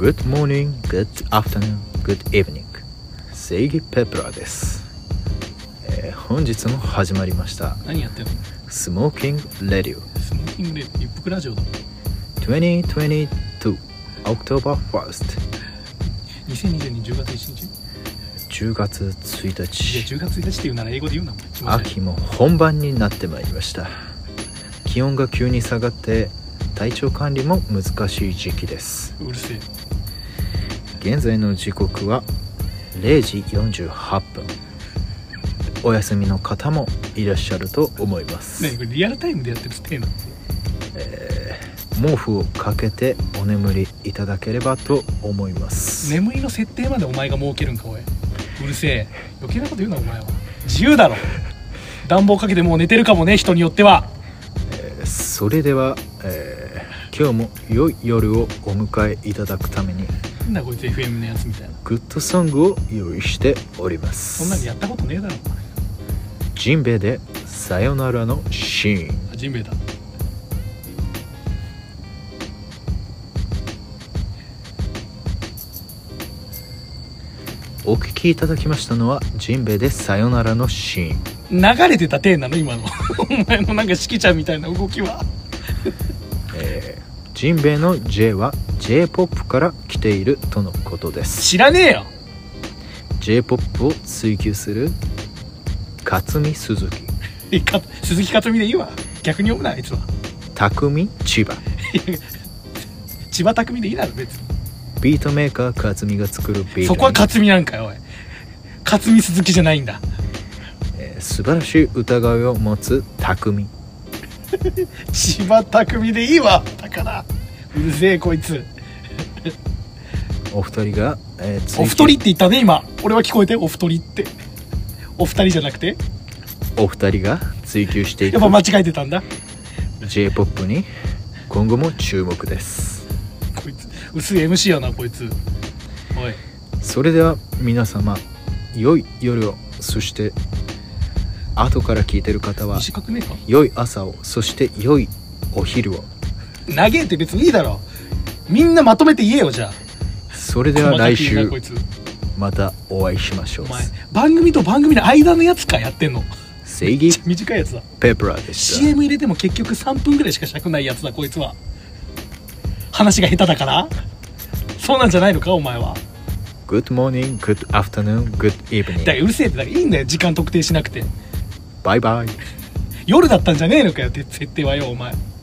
Good morning, good afternoon, good evening. 正義ペプラです。本日も始まりました。 何やってんの？ スモーキングレディオ。 スモーキングレディオ、一服ラジオだ。 2022 October 1st。 2022 10月1日 10月1日。 いや、10月1日って言うなら英語で言うな。 秋も本番になってまいりました。気温が急に下がって体調管理も難しい時期です。 うるせえ。 現在の時刻は0時48分。お休みの方もいらっしゃると思います。 ねえ、これリアルタイムでやってるステーなの？ 毛布をかけてお眠りいただければと思います。 眠りの設定までお前が設けるんか、おい。うるせえ。余計なこと言うな、お前は。自由だろ。暖房かけてもう寝てるかもね、人によっては。 それでは、今日も良い夜をお迎えいただくためになんだこいつ FM のやつみたいな。 グッドソングを用意しております。 そんなにやったことねえだろ。 ジンベエでさよならのシーン。 ジンベエだ。 お聞きいただきましたのはジンベエでさよならのシーン。 流れてた体なの今のお前のなんかしきちゃんみたいな動きはジンベエの J は J-POP から来ているとのことです。 知らねえよ。 J-POP を追求する勝見鈴木、 鈴木克美でいいわ。逆に読むな、あいつは。 匠千葉千葉匠でいいだろ別に。 ビートメーカー勝見が作るビート。 そこは克美なんかよ、おい。克美鈴木じゃないんだ。 素晴らしい歌声を持つ匠千葉匠でいいわ。だからうるせえこいつ。 お二人が、 お二人って言ったね今。俺は聞こえて。お二人ってお二人じゃなくてお二人が追求していくやっぱ間違えてたんだ。 J-POP に今後も注目です。 こいつ薄い MC やなこいつ。おい、 それでは皆様良い夜を、そして後から聞いてる方は短くねえか。 良い朝を、そして良いお昼を。 長えって別にいいだろ。みんなまとめて言えよじゃあ。 それでは来週こいつまたお会いしましょう。 お前番組と番組の間のやつかやってんの。 正義短いやつだ。 ペプラでした。 CM 入れても結局3分ぐらいしか尺ないやつだこいつは。話が下手だからそうなんじゃないのかお前は。 Good morning, good afternoon, good だ evening。 からうるせえって。だからいいんだよ時間特定しなくて。 バイバイ。 夜だったんじゃねえのかよって設定はよお前。